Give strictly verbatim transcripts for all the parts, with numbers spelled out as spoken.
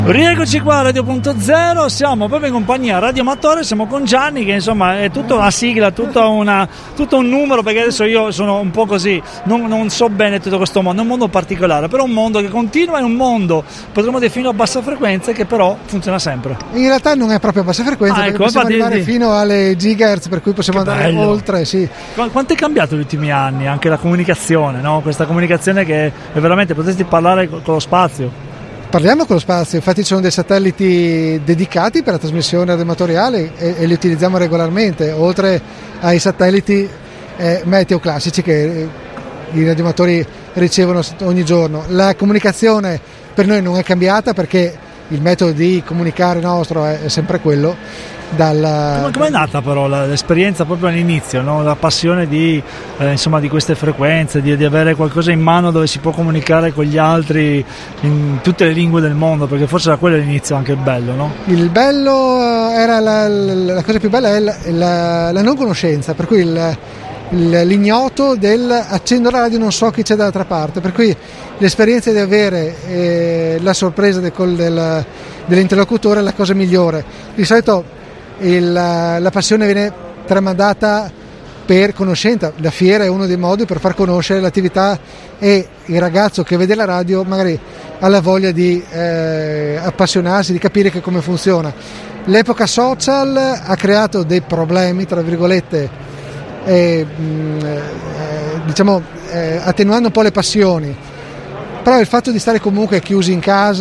Rieccoci qua a Radio Punto Zero, siamo proprio in compagnia Radio Amatore, siamo con Gianni che insomma è tutta una sigla, tutta una, tutto un numero, perché adesso io sono un po' così, non, non so bene tutto questo mondo, è un mondo particolare, però un mondo che continua, è un mondo potremmo definirlo a bassa frequenza che però funziona sempre. In realtà non è proprio a bassa frequenza, ah, perché ecco, possiamo arrivare di... fino alle gigahertz, per cui possiamo che andare bello. oltre, sì. Quanto è cambiato negli ultimi anni anche la comunicazione, no? Questa comunicazione che è veramente, potresti parlare con lo spazio. Parliamo con lo spazio, infatti ci sono dei satelliti dedicati per la trasmissione radioamatoriale e, e li utilizziamo regolarmente, oltre ai satelliti eh, meteo classici che i radioamatori ricevono ogni giorno. La comunicazione per noi non è cambiata perché il metodo di comunicare nostro è, è sempre quello. Dalla... Come è nata però l'esperienza proprio all'inizio, no? La passione di, eh, insomma, di queste frequenze, di, di avere qualcosa in mano dove si può comunicare con gli altri in tutte le lingue del mondo, perché forse da quello all'inizio anche il bello, no? Il bello era la, la, la cosa più bella è la, la, la non conoscenza, per cui il, il, l'ignoto del accendo la radio, non so chi c'è dall'altra parte, per cui l'esperienza di avere eh, la sorpresa del, del, dell'interlocutore è la cosa migliore. Di solito Il, la passione viene tramandata per conoscenza, la fiera è uno dei modi per far conoscere l'attività e il ragazzo che vede la radio magari ha la voglia di eh, appassionarsi, di capire che come funziona. L'epoca social ha creato dei problemi, tra virgolette, eh, eh, diciamo eh, attenuando un po' le passioni, però il fatto di stare comunque chiusi in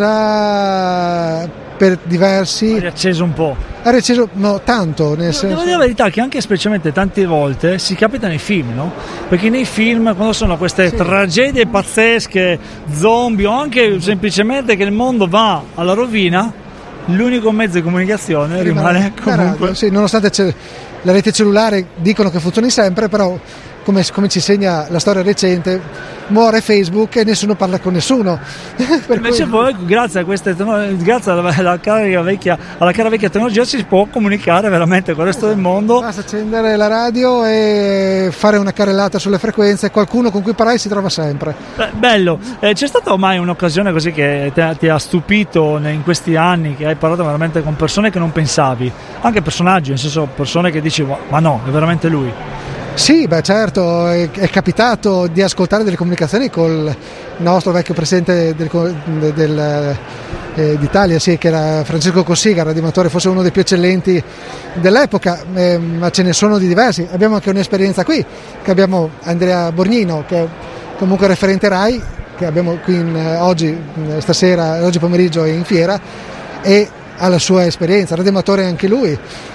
casa per diversi... Ha riacceso un po'. Ha riacceso, no, tanto, nel senso... Devo dire la verità che anche specialmente tante volte si capita nei film, no? Perché nei film, quando sono queste sì. tragedie pazzesche, zombie o anche semplicemente che il mondo va alla rovina, l'unico mezzo di comunicazione rimane, rimane comunque... Radio, sì, nonostante ce... la rete cellulare dicono che funzioni sempre, però... Come, come ci insegna la storia recente, muore Facebook e nessuno parla con nessuno. per Invece cui... poi grazie a queste grazie alla, alla, cara vecchia, alla cara vecchia tecnologia si può comunicare veramente con il resto esatto. del mondo. Basta accendere la radio e fare una carrellata sulle frequenze, qualcuno con cui parlare si trova sempre. Beh, bello, eh, c'è stata mai un'occasione così che ti, ti ha stupito in questi anni, che hai parlato veramente con persone che non pensavi, anche personaggi, nel senso persone che dici ma no, è veramente lui? Sì, beh certo, è, è capitato di ascoltare delle comunicazioni col nostro vecchio presidente del, del, del, eh, d'Italia, sì, che era Francesco Cossiga, radioamatore forse uno dei più eccellenti dell'epoca, eh, ma ce ne sono di diversi. Abbiamo anche un'esperienza qui, che abbiamo Andrea Borgnino, che è comunque referente RAI, che abbiamo qui in, eh, oggi, stasera, oggi pomeriggio in fiera, e ha la sua esperienza, radioamatore anche lui.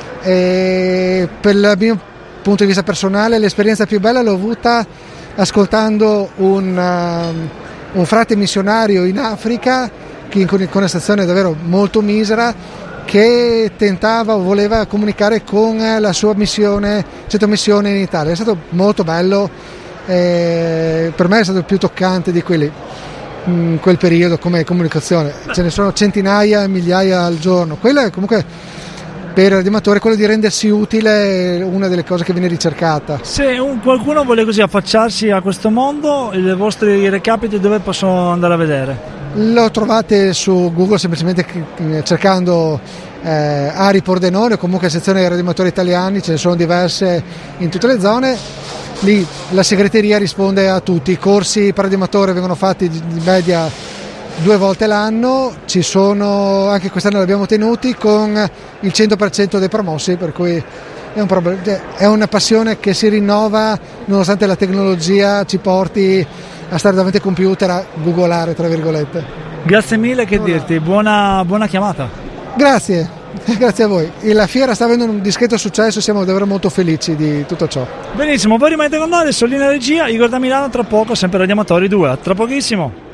E per la mia punto di vista personale l'esperienza più bella l'ho avuta ascoltando un, uh, un frate missionario in Africa che con una stazione davvero molto misera, che tentava o voleva comunicare con la sua missione, certa missione in Italia. È stato molto bello, eh, per me è stato il più toccante di quelli in quel periodo come comunicazione. Ce ne sono centinaia, migliaia al giorno. Quello è comunque per il radioamatore, quello di rendersi utile è una delle cose che viene ricercata. Se un, qualcuno vuole così affacciarsi a questo mondo, i vostri recapiti dove possono andare a vedere? Lo trovate su Google semplicemente cercando eh, Ari Pordenone o comunque sezione radioamatori italiani, ce ne sono diverse in tutte le zone. Lì la segreteria risponde a tutti, i corsi per radioamatore vengono fatti di media due volte l'anno, ci sono, anche quest'anno li abbiamo tenuti con il cento per cento dei promossi, per cui è, un problem- è una passione che si rinnova nonostante la tecnologia ci porti a stare davanti al computer a googolare, tra virgolette. Grazie mille, che dirti, buona, buona chiamata. Grazie, grazie a voi. La fiera sta avendo un discreto successo, siamo davvero molto felici di tutto ciò. Benissimo, voi rimanete con noi, adesso lì in regia, Igor da Milano, tra poco, sempre Radioamatori due, tra pochissimo.